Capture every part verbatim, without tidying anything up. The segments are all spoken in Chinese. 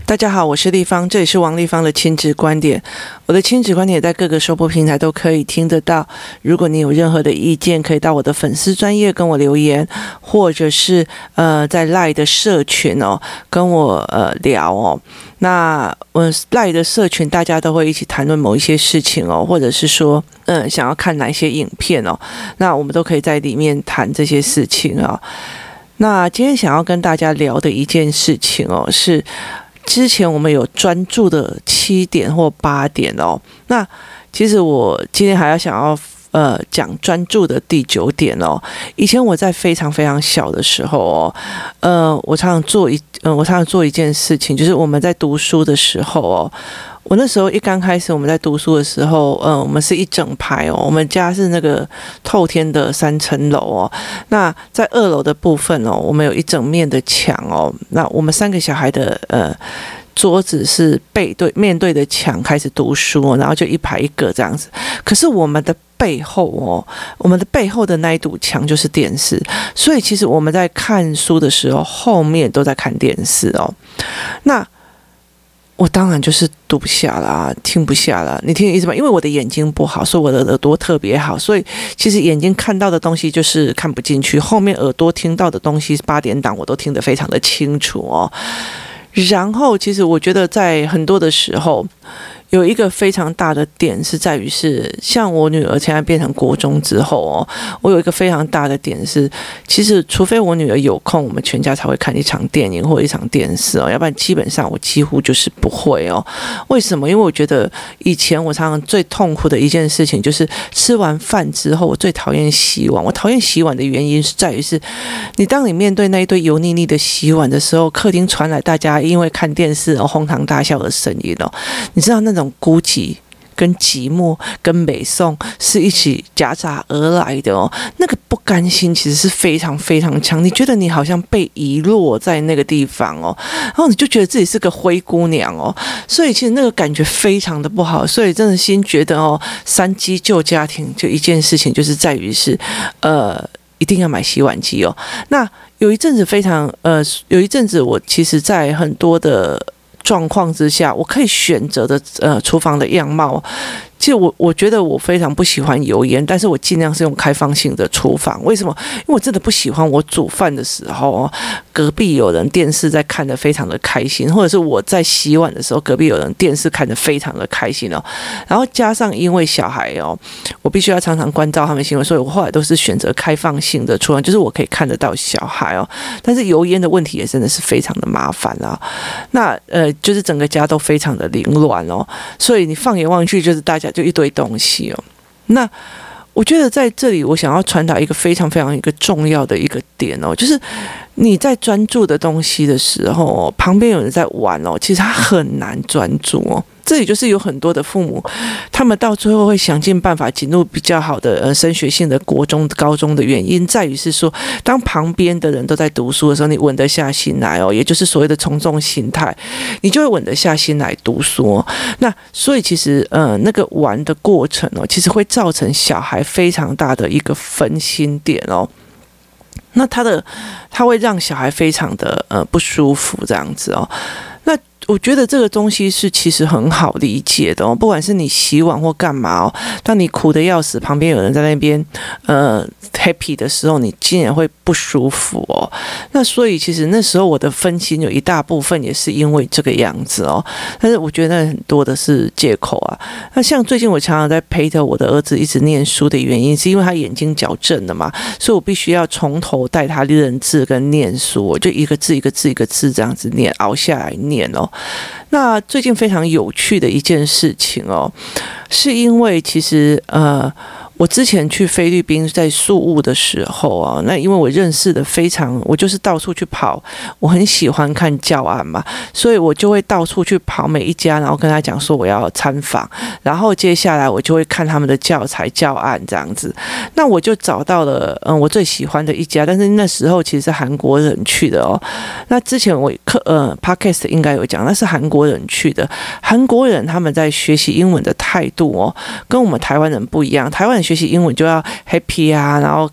大家好，我是立方，这里是王立方的亲子观点。我的亲子观点在各个收播平台都可以听得到。如果你有任何的意见，可以到我的粉丝专页跟我留言，或者是呃在 LINE 的社群哦跟我呃聊哦。那我 LINE 的社群大家都会一起谈论某一些事情哦，或者是说嗯想要看哪一些影片哦，那我们都可以在里面谈这些事情哦。那今天想要跟大家聊的一件事情哦是。之前我们有专注的七点或八点哦，那其实我今天还要想要呃讲专注的第九点哦。以前我在非常非常小的时候哦，呃，我常常做一呃我常常做一件事情，就是我们在读书的时候哦。我那时候一刚开始我们在读书的时候，嗯，我们是一整排哦，我们家是那个透天的三层楼哦。那在二楼的部分哦，我们有一整面的墙哦。那我们三个小孩的呃桌子是背对面对的墙开始读书，然后就一排一个这样子。可是我们的背后哦，我们的背后的那一堵墙就是电视，所以其实我们在看书的时候，后面都在看电视哦。那我当然就是读不下啦，听不下啦，你听的意思吗？因为我的眼睛不好，所以我的耳朵特别好，所以其实眼睛看到的东西就是看不进去，后面耳朵听到的东西八点档我都听得非常的清楚哦。然后其实我觉得在很多的时候有一个非常大的点是在于是，像我女儿现在变成国中之后哦，我有一个非常大的点是，其实除非我女儿有空，我们全家才会看一场电影或一场电视哦，要不然基本上我几乎就是不会哦。为什么？因为我觉得以前我常常最痛苦的一件事情就是吃完饭之后，我最讨厌洗碗。我讨厌洗碗的原因是在于是，你当你面对那一堆油腻腻的洗碗的时候，客厅传来大家因为看电视而哄堂大笑的声音哦，你知道那种孤寂跟寂寞跟美颂是一起夹杂而来的哦，那个不甘心其实是非常非常强，你觉得你好像被遗落在那个地方哦，然后你就觉得自己是个灰姑娘哦，所以其实那个感觉非常的不好，所以真的心觉得哦，三机救家庭就一件事情就是在于是呃一定要买洗碗机哦。那有一阵子非常呃有一阵子我其实在很多的状况之下，我可以选择的呃厨房的样貌，其实我我觉得我非常不喜欢油烟，但是我尽量是用开放性的厨房。为什么？因为我真的不喜欢我煮饭的时候，隔壁有人电视在看得非常的开心，或者是我在洗碗的时候，隔壁有人电视看得非常的开心哦。然后加上因为小孩哦，我必须要常常关照他们行为，所以我后来都是选择开放性的厨房，就是我可以看得到小孩哦。但是油烟的问题也真的是非常的麻烦啦。那呃，就是整个家都非常的凌乱哦，所以你放眼望去，就是大家就一堆东西哦。那我觉得在这里，我想要传达一个非常非常一个重要的一个点哦，就是你在专注的东西的时候哦，旁边有人在玩哦，其实他很难专注哦。这里就是有很多的父母，他们到最后会想尽办法进入比较好的呃升学性的国中、高中的原因，在于是说，当旁边的人都在读书的时候，你稳得下心来哦，也就是所谓的从众心态，你就会稳得下心来读书哦。那所以其实呃那个玩的过程哦，其实会造成小孩非常大的一个分心点哦。那他的他会让小孩非常的呃不舒服这样子哦。那我觉得这个东西是其实很好理解的哦，不管是你洗碗或干嘛哦，当你苦得要死，旁边有人在那边呃 happy 的时候，你竟然会不舒服哦。那所以其实那时候我的分心有一大部分也是因为这个样子哦，但是我觉得很多的是借口啊。那像最近我常常在陪着我的儿子一直念书的原因，是因为他眼睛矫正了嘛，所以我必须要从头带他认字跟念书，我就一个字一个字一个字这样子念，熬下来念哦。那最近非常有趣的一件事情哦，是因为其实呃我之前去菲律宾在宿务的时候啊，那因为我认识的非常，我就是到处去跑，我很喜欢看教案嘛，所以我就会到处去跑每一家，然后跟他讲说我要参访，然后接下来我就会看他们的教材教案这样子。那我就找到了嗯我最喜欢的一家，但是那时候其实是韩国人去的哦。那之前我课呃 podcast 应该有讲，那是韩国人去的，韩国人他们在学习英文的态度哦，跟我们台湾人不一样，台湾人学习英文就要 happy 啊，然后 happy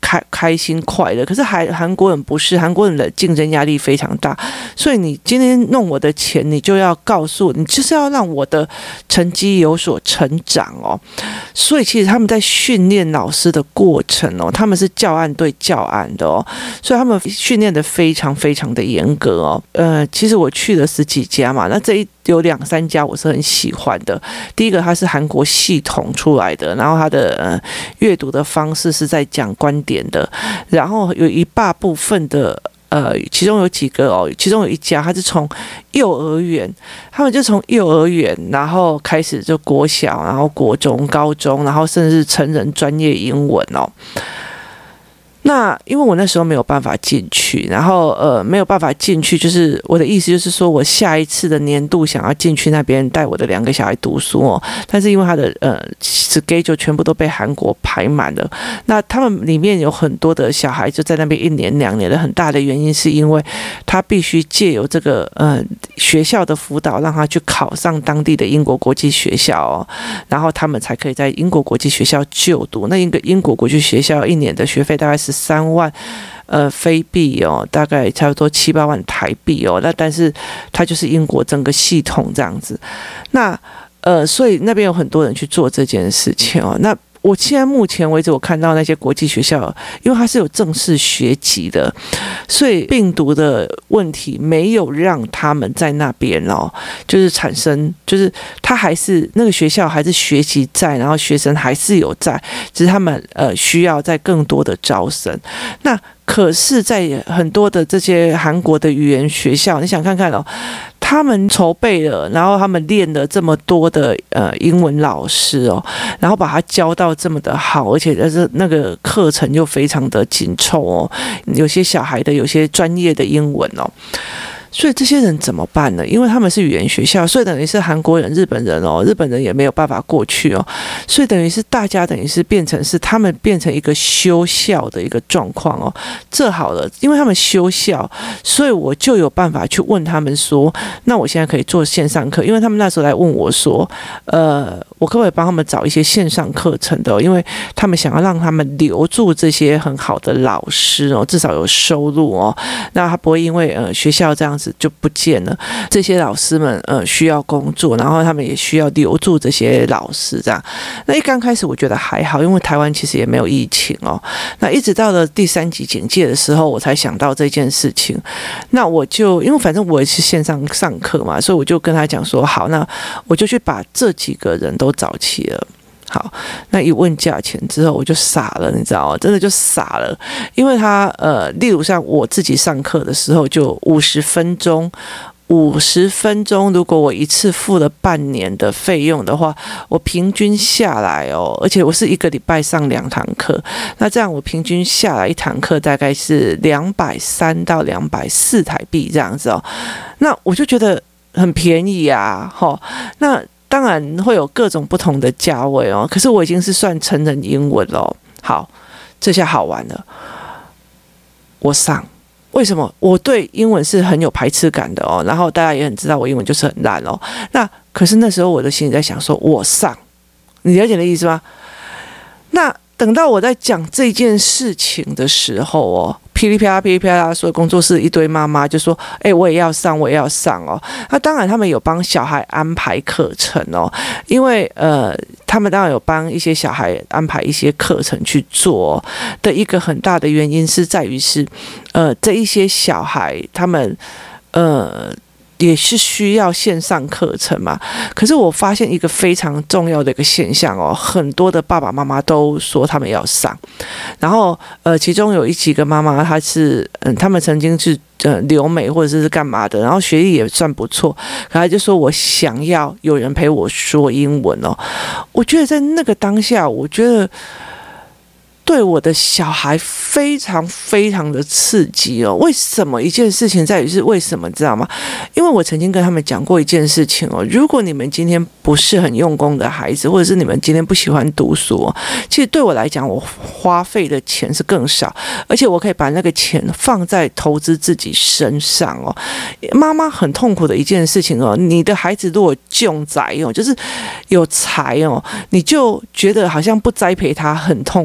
开开心快乐。可是韩韩国人不是，韩国人的竞争压力非常大，所以你今天弄我的钱，你就要告诉你，就是要让我的成绩有所成长哦。所以其实他们在训练老师的过程哦，他们是教案对教案的哦，所以他们训练的非常非常的严格哦。呃，其实我去了十几家嘛，那这一有两三家我是很喜欢的。第一个，它是韩国系统出来的，然后它的呃阅读的方式是在讲观点的，然后有一大部分的。呃，其中有几个哦，其中有一家，他是从幼儿园，他们就从幼儿园，然后开始就国小，然后国中、高中，然后甚至成人专业英文哦。那因为我那时候没有办法进去，然后呃没有办法进去，就是我的意思就是说我下一次的年度想要进去那边带我的两个小孩读书哦，但是因为他的呃 schedule 全部都被韩国排满了，那他们里面有很多的小孩就在那边一年两年的，很大的原因是因为他必须借由这个呃学校的辅导，让他去考上当地的英国国际学校哦，然后他们才可以在英国国际学校就读。那一个英国国际学校一年的学费大概是三万呃非币哦，大概差不多七八万台币哦。那但是它就是英国整个系统这样子。那呃，所以那边有很多人去做这件事情哦。那我现在目前为止，我看到那些国际学校，因为它是有正式学籍的，所以病毒的问题没有让他们在那边哦，就是产生，就是他还是那个学校还是学籍在，然后学生还是有在，只是他们呃需要在更多的招生。那可是，在很多的这些韩国的语言学校，你想看看哦。他们筹备了，然后他们练了这么多的呃英文老师哦，然后把他教到这么的好，而且是那个课程又非常的紧凑哦，有些小孩的有些专业的英文哦。所以这些人怎么办呢？因为他们是语言学校，所以等于是韩国人、日本人哦，日本人也没有办法过去哦，所以等于是大家等于是变成是他们变成一个休校的一个状况哦。这好了，因为他们休校，所以我就有办法去问他们说，那我现在可以做线上课，因为他们那时候来问我说，呃，我可不可以帮他们找一些线上课程的哦？因为他们想要让他们留住这些很好的老师哦，至少有收入哦，那他不会因为呃学校这样子就不见了，这些老师们呃需要工作，然后他们也需要留住这些老师这样。那一刚开始我觉得还好，因为台湾其实也没有疫情哦。那一直到了第三级警戒的时候，我才想到这件事情。那我就因为反正我也是线上上课嘛，所以我就跟他讲说，好，那我就去把这几个人都找齐了。好，那一问价钱之后，我就傻了，你知道吗？真的就傻了，因为他呃，例如像我自己上课的时候，就五十分钟，五十分钟，如果我一次付了半年的费用的话，我平均下来哦，而且我是一个礼拜上两堂课，那这样我平均下来一堂课大概是两百三到两百四台币这样子哦，那我就觉得很便宜啊，吼，那。当然会有各种不同的价位哦，可是我已经是算成人英文了。好，这下好玩了，我上。为什么？我对英文是很有排斥感的哦，然后大家也很知道我英文就是很烂哦。那可是那时候我的心里在想说，我上，你了解的意思吗？那等到我在讲这件事情的时候哦。噼里啪啦噼里啪啦，所有工作室一堆妈妈就说：“哎、欸，我也要上，我也要上哦。”那当然，他们有帮小孩安排课程哦，因为呃，他们当然有帮一些小孩安排一些课程去做、哦、的一个很大的原因是在于是，呃，这一些小孩他们呃。也是需要线上课程嘛，可是我发现一个非常重要的一个现象哦，很多的爸爸妈妈都说他们要上，然后呃，其中有一几个妈妈，她是嗯，他们曾经是呃留美或者是干嘛的，然后学历也算不错，可她就说我想要有人陪我说英文哦，我觉得在那个当下，我觉得。对我的小孩非常非常的刺激哦。为什么一件事情在于是为什么知道吗？因为我曾经跟他们讲过一件事情哦。如果你们今天不是很用功的孩子，或者是你们今天不喜欢读书哦，其实对我来讲，我花费的钱是更少，而且我可以把那个钱放在投资自己身上哦。妈妈很痛苦的一件事情哦，你的孩子如果穷宅哦，就是有财哦，你就觉得好像不栽培他很痛苦哦。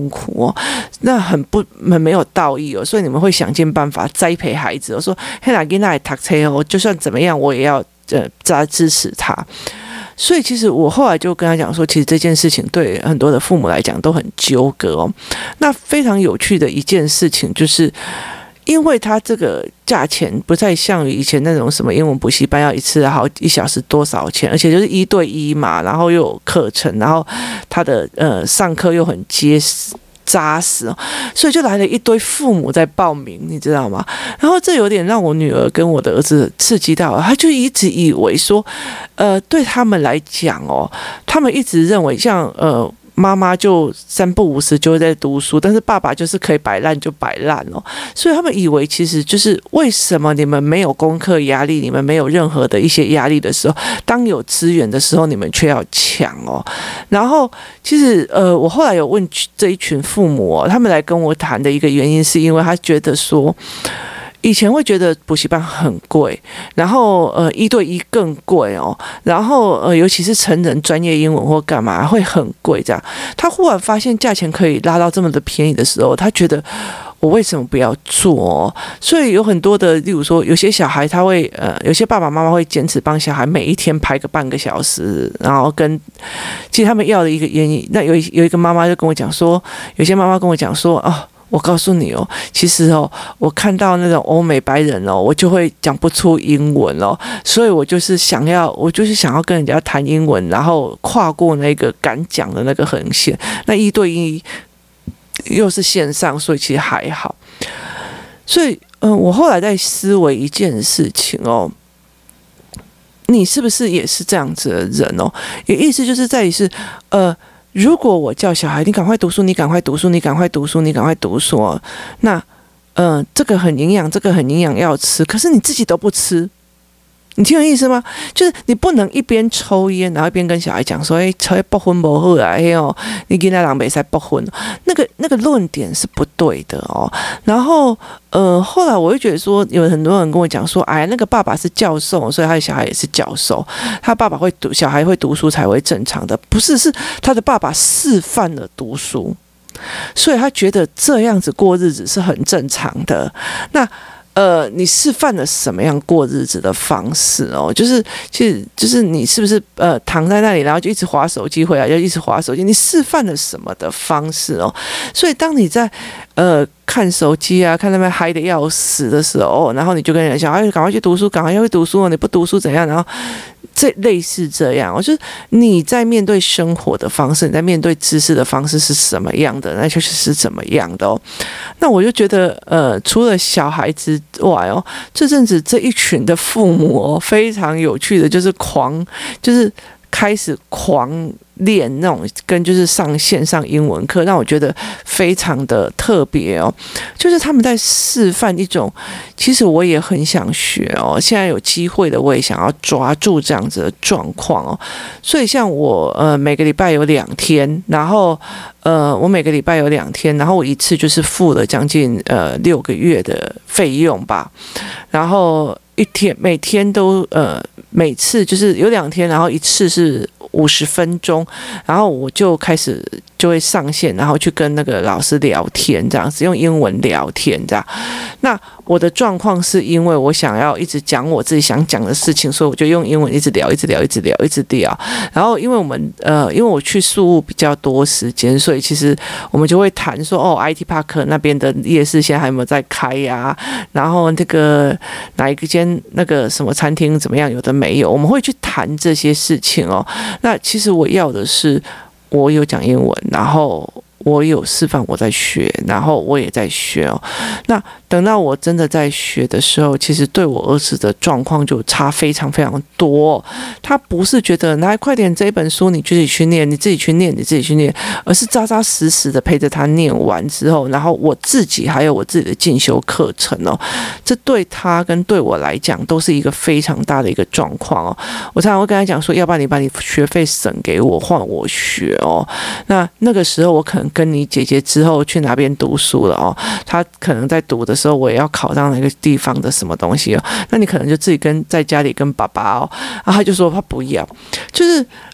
哦，那很不很没有道义哦，所以你们会想尽办法栽培孩子。我说嘿啦，囡仔读册哦，就算怎么样，我也要呃加支持他。所以其实我后来就跟他讲说，其实这件事情对很多的父母来讲都很纠葛哦。那非常有趣的一件事情就是，因为他这个价钱不再像以前那种什么英文补习班要一次好一小时多少钱，而且就是一对一嘛，然后又有课程，然后他的呃上课又很结实。扎实哦，所以就来了一堆父母在报名，你知道吗？然后这有点让我女儿跟我的儿子刺激到了，他就一直以为说，呃，对他们来讲哦，他们一直认为像呃。妈妈就三不五时就会在读书，但是爸爸就是可以摆烂就摆烂哦，所以他们以为其实就是为什么你们没有功课压力，你们没有任何的一些压力的时候，当有资源的时候，你们却要抢哦。然后其实呃，我后来有问这一群父母哦，他们来跟我谈的一个原因，是因为他觉得说。以前会觉得补习班很贵，然后呃一对一更贵哦，然后呃尤其是成人专业英文或干嘛会很贵这样。他忽然发现价钱可以拉到这么的便宜的时候，他觉得我为什么不要做哦？所以有很多的，例如说有些小孩他会呃有些爸爸妈妈会坚持帮小孩每一天排个半个小时，然后跟其实他们要的一个原因，那有有一个妈妈就跟我讲说，有些妈妈跟我讲说哦。我告诉你哦，其实哦，我看到那种欧美白人哦，我就会讲不出英文哦，所以我就是想要，我就是想要跟人家谈英文，然后跨过那个敢讲的那个横线。那一对一又是线上，所以其实还好。所以，嗯、呃，我后来在思维一件事情哦。你是不是也是这样子的人哦？也意思就是在于是，呃。如果我叫小孩，你赶快读书，你赶快读书，你赶快读书，你赶快读书，那，呃，这个很营养，这个很营养要吃，可是你自己都不吃，你听我意思吗？就是你不能一边抽烟，然后一边跟小孩讲说，哎、欸，抽烟不婚不好啊，哎呦，你跟他人没使不婚，那个那个论点是不对的哦。然后，呃，后来我会觉得说，有很多人跟我讲说，哎，那个爸爸是教授，所以他的小孩也是教授，他爸爸会读，小孩会读书才会正常的，不是，是他的爸爸示范了读书，所以他觉得这样子过日子是很正常的。那。呃，你示范了什么样过日子的方式哦？就是其实就是你是不是呃躺在那里，然后就一直滑手机，回来就一直滑手机？你示范了什么的方式哦？所以当你在呃看手机啊，看那边嗨的要死的时候，然后你就跟人家讲，哎，赶快去读书，赶快要去读书哦！你不读书怎样？然后这类似这样，我就是你在面对生活的方式，你在面对知识的方式是什么样的，那就是是怎么样的哦。那我就觉得，呃，除了小孩之外哦，这阵子这一群的父母哦，非常有趣的，就是狂，就是开始狂练那种跟就是上线上英文课，让我觉得非常的特别哦。就是他们在示范一种，其实我也很想学哦。现在有机会的，我也想要抓住这样子的状况哦。所以像我呃每个礼拜有两天，然后呃我每个礼拜有两天，然后我一次就是付了将近呃六个月的费用吧，然后一天每天都呃每次就是有两天，然后一次是五十分钟，然后我就开始就会上线，然后去跟那个老师聊天，这样子用英文聊天这样。那我的状况是因为我想要一直讲我自己想讲的事情，所以我就用英文一直聊，一直聊，一直聊，一直聊。然后因为我们呃，因为我去宿务比较多时间，所以其实我们就会谈说，哦 ，I T Park 那边的夜市现在还有没有在开呀、啊？然后那个哪一个间那个什么餐厅怎么样？有的没有，我们会去谈这些事情哦。那其实我要的是，我有讲英文，然后我有示范我在学，然后我也在学哦。那等到我真的在学的时候，其实对我儿子的状况就差非常非常多。他不是觉得来快点这一本书你自己去念，你自己去念，你自己去念，而是扎扎实实的陪着他念完之后，然后我自己还有我自己的进修课程哦。这对他跟对我来讲都是一个非常大的一个状况哦。我常常会跟他讲说，要不然你把你学费省给我，换我学哦。那那个时候我可能跟你姐姐之后去哪边读书了哦，他可能在读的时候我也要考上那个地方的什么东西哦，那你可能就自己跟在家里跟爸爸哦，然后他就说他不要，就是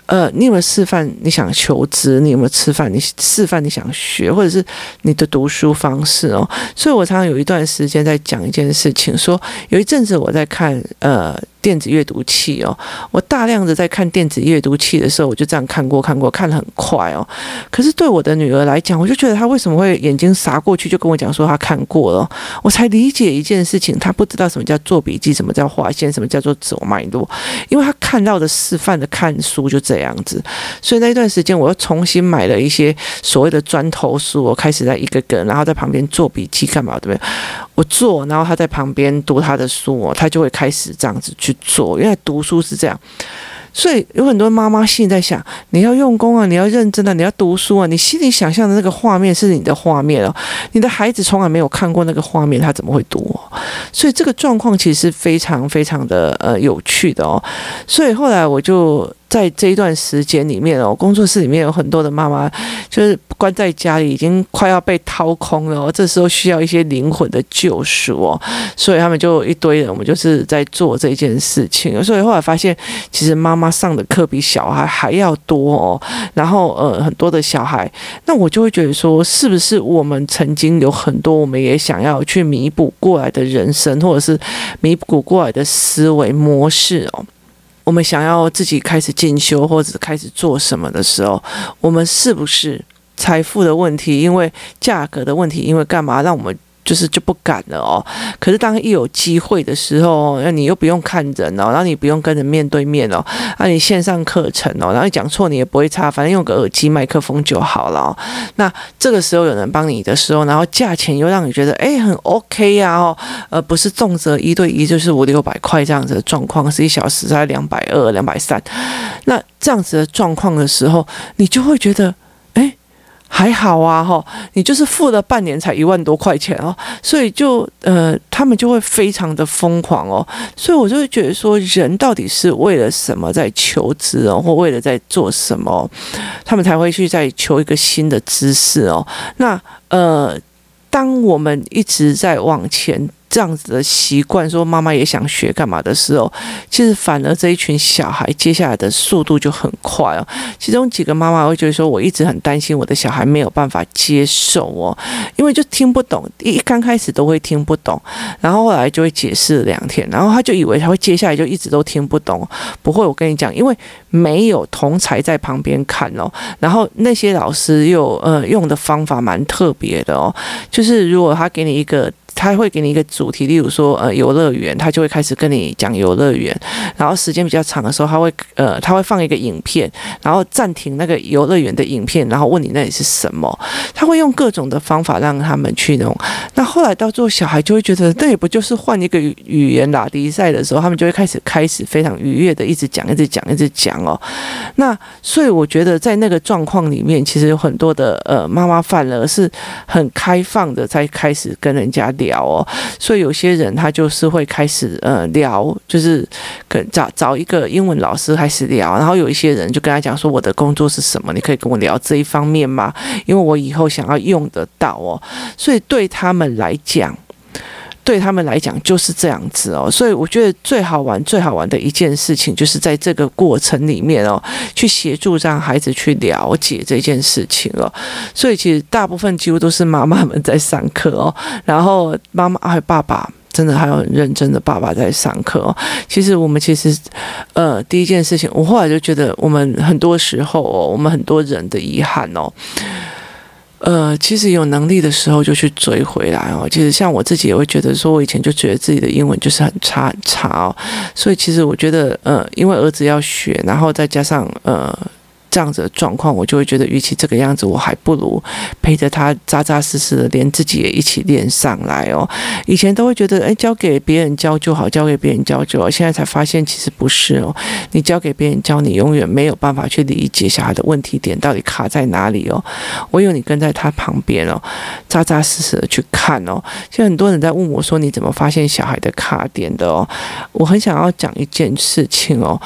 呃，你有没有示范你想求职？你有没有示范你示范你想学，或者是你的读书方式哦？所以我常常有一段时间在讲一件事情，说有一阵子我在看呃电子阅读器哦，我大量的在看电子阅读器的时候，我就这样看过看过，看得很快哦。可是对我的女儿来讲，我就觉得她为什么会眼睛撒过去就跟我讲说她看过了，我才理解一件事情，她不知道什么叫做笔记，什么叫划线，什么叫做走脉络，因为她看到的示范的看书就这样子。所以那一段时间，我又重新买了一些所谓的砖头书，我开始在一个个，然后在旁边做笔记干嘛对不对？我做，然后她在旁边读她的书哦，她就会开始这样子去做，因为读书是这样。所以有很多妈妈心里在想，你要用功啊，你要认真啊，你要读书啊，你心里想象的那个画面是你的画面哦，你的孩子从来没有看过那个画面，他怎么会读哦？所以这个状况其实是非常非常的呃有趣的哦。所以后来我就在这一段时间里面哦，工作室里面有很多的妈妈就是关在家里，已经快要被掏空了哦，这时候需要一些灵魂的救赎哦，所以他们就一堆人，我们就是在做这件事情。所以后来发现，其实妈妈上的课比小孩还要多哦，然后呃很多的小孩，那我就会觉得说，是不是我们曾经有很多我们也想要去弥补过来的人生，或者是弥补过来的思维模式哦？我们想要自己开始进修或者开始做什么的时候，我们是不是财富的问题，因为价格的问题，因为干嘛让我们就是就不敢了哦？可是当一有机会的时候，那你又不用看人哦，然后你不用跟人面对面哦，那你线上课程哦，然后你讲错你也不会差，反正用个耳机麦克风就好了哦。那这个时候有人帮你的时候，然后价钱又让你觉得哎很 OK 呀、啊、哦，呃不是动辄一对一就是五六百块这样子的状况，是一小时才两百二、两百三，那这样子的状况的时候，你就会觉得哎。还好啊，哈，你就是付了半年才一万多块钱哦，所以就呃，他们就会非常的疯狂哦，所以我就会觉得说，人到底是为了什么在求知哦，或为了在做什么，他们才会去再求一个新的知识哦。那呃，当我们一直在往前。这样子的习惯，说妈妈也想学干嘛的时候，其实反而这一群小孩接下来的速度就很快哦。其中几个妈妈会觉得说，我一直很担心我的小孩没有办法接受哦，因为就听不懂，一刚开始都会听不懂，然后后来就会解释两天，然后他就以为他会接下来就一直都听不懂。不会，我跟你讲，因为没有同侪在旁边看哦，然后那些老师又呃用的方法蛮特别的哦，就是如果他给你一个。他会给你一个主题，例如说呃游乐园，他就会开始跟你讲游乐园，然后时间比较长的时候，他会呃他会放一个影片，然后暂停那个游乐园的影片，然后问你那里是什么，他会用各种的方法让他们去弄。那后来到最后，小孩就会觉得，那也不就是换一个语言拉迪赛的时候，他们就会开始开始非常愉悦的一直讲，一直讲，一直讲哦。那所以我觉得在那个状况里面，其实有很多的呃妈妈反而是很开放的，在开始跟人家聊。聊哦，所以有些人他就是会开始呃聊，就是跟找找一个英文老师开始聊，然后有一些人就跟他讲说，我的工作是什么，你可以跟我聊这一方面吗？因为我以后想要用得到哦，所以对他们来讲。对他们来讲就是这样子哦，所以我觉得最好玩、最好玩的一件事情，就是在这个过程里面哦，去协助让孩子去了解这件事情哦。所以其实大部分几乎都是妈妈们在上课哦，然后妈妈还有爸爸。真的还有很认真的爸爸在上课哦。其实我们其实，呃，第一件事情，我后来就觉得，我们很多时候哦，我们很多人的遗憾哦。呃，其实有能力的时候就去追回来哦。其实像我自己也会觉得说，我以前就觉得自己的英文就是很差很差哦。所以其实我觉得，呃，因为儿子要学，然后再加上呃。这样子的状况，我就会觉得，与其这个样子，我还不如陪着他扎扎实实的，连自己也一起练上来哦。以前都会觉得，哎，交给别人教就好，交给别人教就好。现在才发现，其实不是哦。你交给别人教，你永远没有办法去理解小孩的问题点到底卡在哪里哦。唯有你跟在他旁边哦，扎扎实实的去看哦。现在很多人在问我说，你怎么发现小孩的卡点的哦？我很想要讲一件事情哦。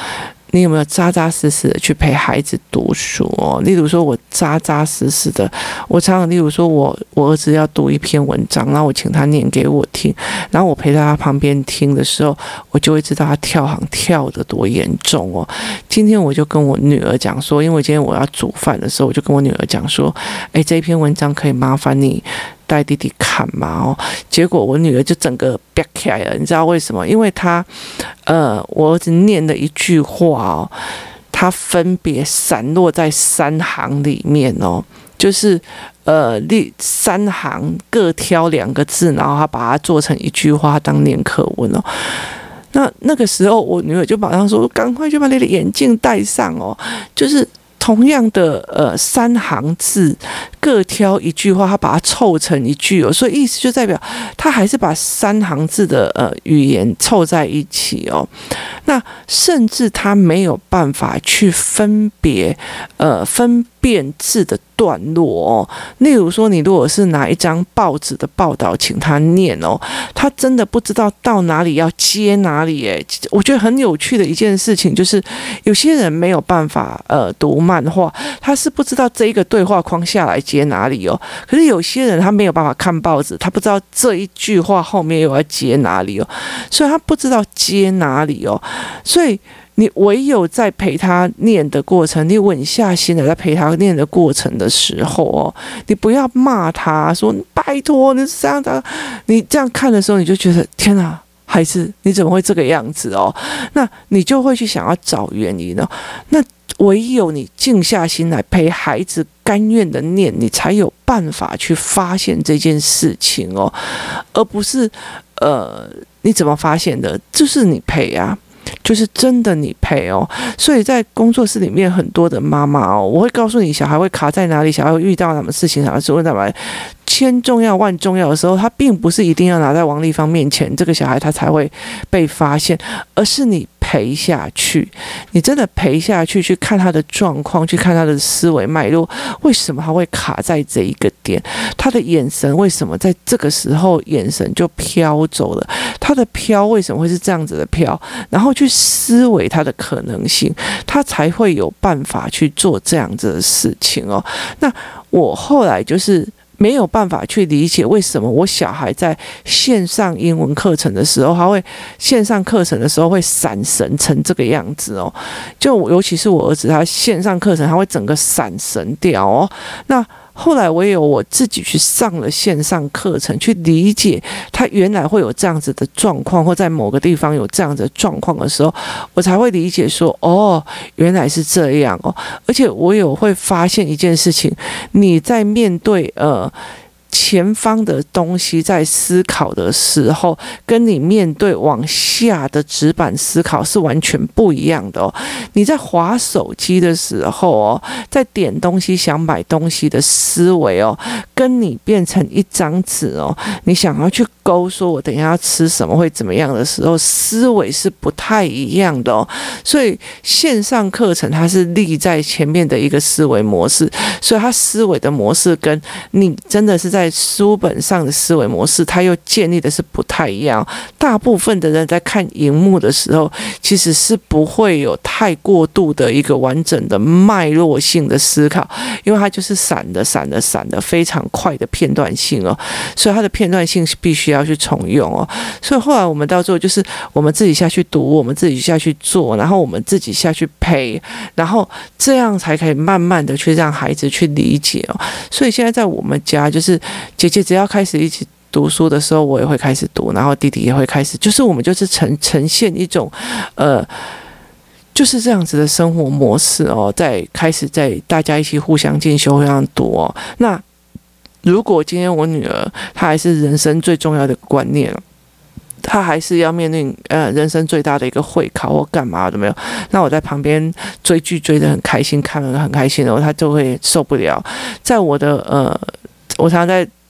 你有没有扎扎实实的去陪孩子读书哦？例如说，我扎扎实实的，我常常，例如说我我儿子要读一篇文章，然后我请他念给我听，然后我陪在他旁边听的时候，我就会知道他跳行跳得多严重哦。今天我就跟我女儿讲说，因为今天我要煮饭的时候，我就跟我女儿讲说，哎，这一篇文章可以麻烦你带弟弟看嘛哦，结果我女儿就整个憋起来了，你知道为什么？因为她，呃，我儿子念的一句话哦，它分别散落在三行里面哦，就是呃，三行各挑两个字，然后他把它做成一句话当念课文哦。那那个时候，我女儿就马上说：“赶快去把你的眼镜戴上哦！”就是同样的呃三行字，各挑一句话，他把它凑成一句哦，所以意思就代表他还是把三行字的呃语言凑在一起哦。那甚至他没有办法去分别呃分辨字的段落哦。例如说，你如果是拿一张报纸的报道请他念哦，他真的不知道到哪里要接哪里耶。我觉得很有趣的一件事情就是，有些人没有办法呃读漫画，他是不知道这一个对话框下来接哪里哦。可是有些人他没有办法看报纸，他不知道这一句话后面又要接哪里哦，所以他不知道接哪里哦。所以你唯有在陪他念的过程，你稳下心来在陪他念的过程的时候哦，你不要骂他说拜托你这样的，你这样看的时候，你就觉得天哪，孩子你怎么会这个样子哦？那你就会去想要找原因哦。那唯有你静下心来陪孩子甘愿的念，你才有办法去发现这件事情哦，而不是呃你怎么发现的？就是你陪啊。就是真的你陪哦，所以在工作室里面很多的妈妈哦，我会告诉你小孩会卡在哪里，小孩会遇到什么事情，小孩是问什么，千重要万重要的时候，他并不是一定要拿在王丽芳面前，这个小孩他才会被发现，而是你陪下去，你真的陪下去，去看他的状况，去看他的思维脉络，为什么他会卡在这一个点？他的眼神为什么在这个时候眼神就飘走了？他的飘为什么会是这样子的飘？然后去思维他的可能性，他才会有办法去做这样子的事情哦。那我后来就是没有办法去理解为什么我小孩在线上英文课程的时候，他会线上课程的时候会闪神成这个样子哦。就尤其是我儿子，他线上课程他会整个闪神掉哦。那后来我也有我自己去上了线上课程，去理解他原来会有这样子的状况，或在某个地方有这样子的状况的时候，我才会理解说，哦，原来是这样哦。而且我有会发现一件事情，你在面对呃前方的东西在思考的时候，跟你面对往下的纸板思考是完全不一样的哦。你在滑手机的时候哦，在点东西想买东西的思维哦，跟你变成一张纸哦，你想要去勾说我等一下要吃什么会怎么样的时候，思维是不太一样的哦。所以线上课程它是立在前面的一个思维模式，所以它思维的模式跟你真的是在在书本上的思维模式，它又建立的是不太一样。大部分的人在看荧幕的时候，其实是不会有太过度的一个完整的脉络性的思考，因为它就是闪的、闪的、闪的，非常快的片段性哦。所以它的片段性是必须要去重用哦。所以后来我们到最后就是我们自己下去读，我们自己下去做，然后我们自己下去陪，然后这样才可以慢慢的去让孩子去理解哦。所以现在在我们家就是。姐姐只要开始一起读书的时候，我也会开始读，然后弟弟也会开始，就是我们就是呈呈现一种，呃，就是这样子的生活模式哦，在开始在大家一起互相进修、互相读哦。那如果今天我女儿她还是人生最重要的观念，他还是要面临呃人生最大的一个会考或干嘛的没有？那我在旁边追剧追得很开心，看了很开心，然后他就会受不了。在我的呃。我常常在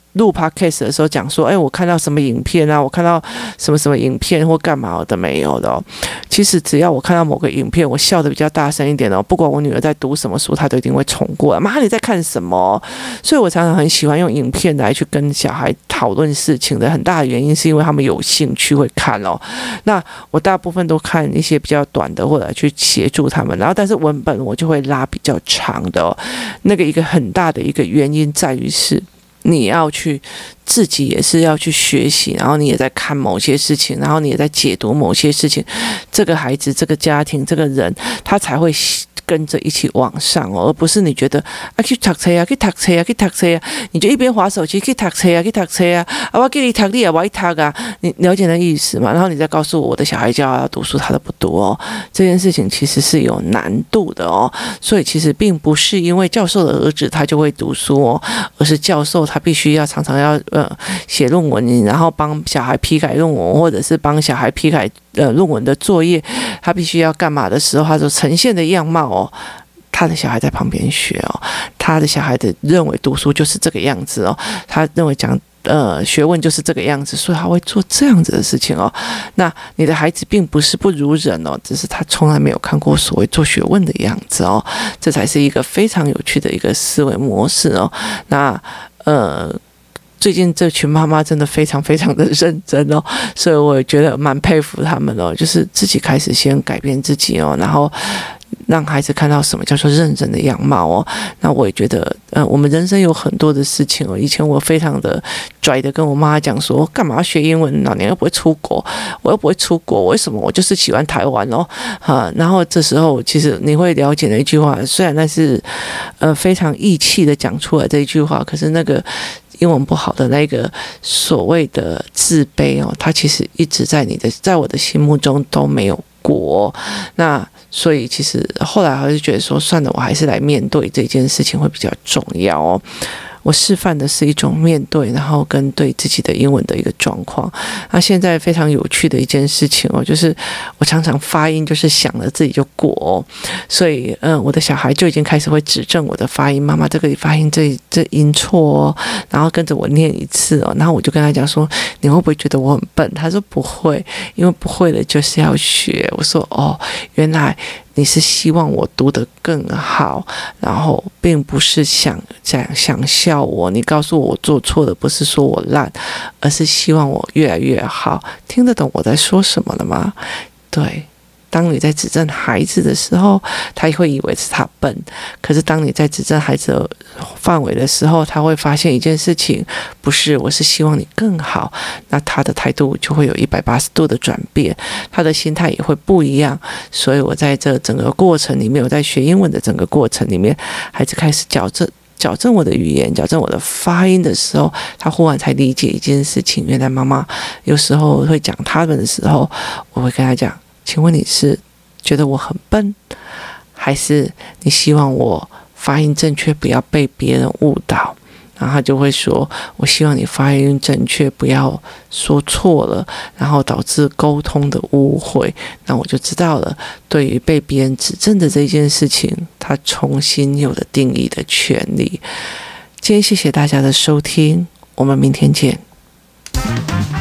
录 podcast 的时候讲说，哎，我看到什么影片啊，我看到什么什么影片或干嘛的没有的哦。其实只要我看到某个影片，我笑得比较大声一点哦，不管我女儿在读什么书，她都一定会冲过来，妈，你在看什么？所以我常常很喜欢用影片来去跟小孩讨论事情的，很大的原因是因为他们有兴趣会看哦。那我大部分都看一些比较短的，或者去协助他们，然后但是文本我就会拉比较长的哦。那个一个很大的一个原因在于是，你要去自己也是要去学习，然后你也在看某些事情，然后你也在解读某些事情，这个孩子、这个家庭、这个人，他才会跟着一起往上哦，而不是你觉得啊去读册啊，去读册啊，去读册啊，你就一边滑手机去读册啊，去读册啊，啊我给你读你也我读啊，你了解那意思吗？然后你再告诉我，我的小孩就要读书，他都不读哦，这件事情其实是有难度的哦，所以其实并不是因为教授的儿子他就会读书哦，而是教授他必须要常常要呃写论文，然后帮小孩批改论文，或者是帮小孩批改呃论文的作业，他必须要干嘛的时候，他所呈现的样貌哦，他的小孩在旁边学哦，他的小孩的认为读书就是这个样子哦，他认为讲呃学问就是这个样子，所以他会做这样子的事情哦。那你的孩子并不是不如人哦，只是他从来没有看过所谓做学问的样子哦，这才是一个非常有趣的一个思维模式哦。那呃。最近这群妈妈真的非常非常的认真哦，所以我也觉得蛮佩服他们哦，就是自己开始先改变自己哦，然后让孩子看到什么叫做认真的样貌哦。那我也觉得，呃，我们人生有很多的事情哦。以前我非常的拽的跟我妈讲说，干嘛要学英文？老娘又不会出国，我又不会出国，为什么？我就是喜欢台湾哦，啊。然后这时候其实你会了解的一句话，虽然那是呃非常义气的讲出来这一句话，可是那个。英文不好的那个所谓的自卑哦，它其实一直在你的，在我的心目中都没有过。那所以其实后来还是觉得说，算了，我还是来面对这件事情会比较重要哦。我示范的是一种面对，然后跟对自己的英文的一个状况。那现在非常有趣的一件事情哦，就是我常常发音就是想了自己就过哦，所以嗯，我的小孩就已经开始会指正我的发音，妈妈这个发音这这音错哦，然后跟着我念一次哦，然后我就跟他讲说，你会不会觉得我很笨？他说不会，因为不会的就是要学。我说哦，原来。你是希望我读得更好，然后并不是想想想笑我。你告诉我我做错的，不是说我烂，而是希望我越来越好。听得懂我在说什么了吗？对。当你在指正孩子的时候，他会以为是他笨，可是当你在指正孩子的范围的时候，他会发现一件事情，不是，我是希望你更好，那他的态度就会有一百八十度的转变，他的心态也会不一样。所以我在这整个过程里面，我在学英文的整个过程里面，孩子开始矫正矫正我的语言，矫正我的发音的时候，他忽然才理解一件事情，原来妈妈有时候会讲他们的时候，我会跟他讲，请问你是觉得我很笨，还是你希望我发音正确，不要被别人误导？然后他就会说，我希望你发音正确，不要说错了，然后导致沟通的误会。那我就知道了，对于被别人指正的这件事情，他重新有了定义的权利。今天谢谢大家的收听，我们明天见。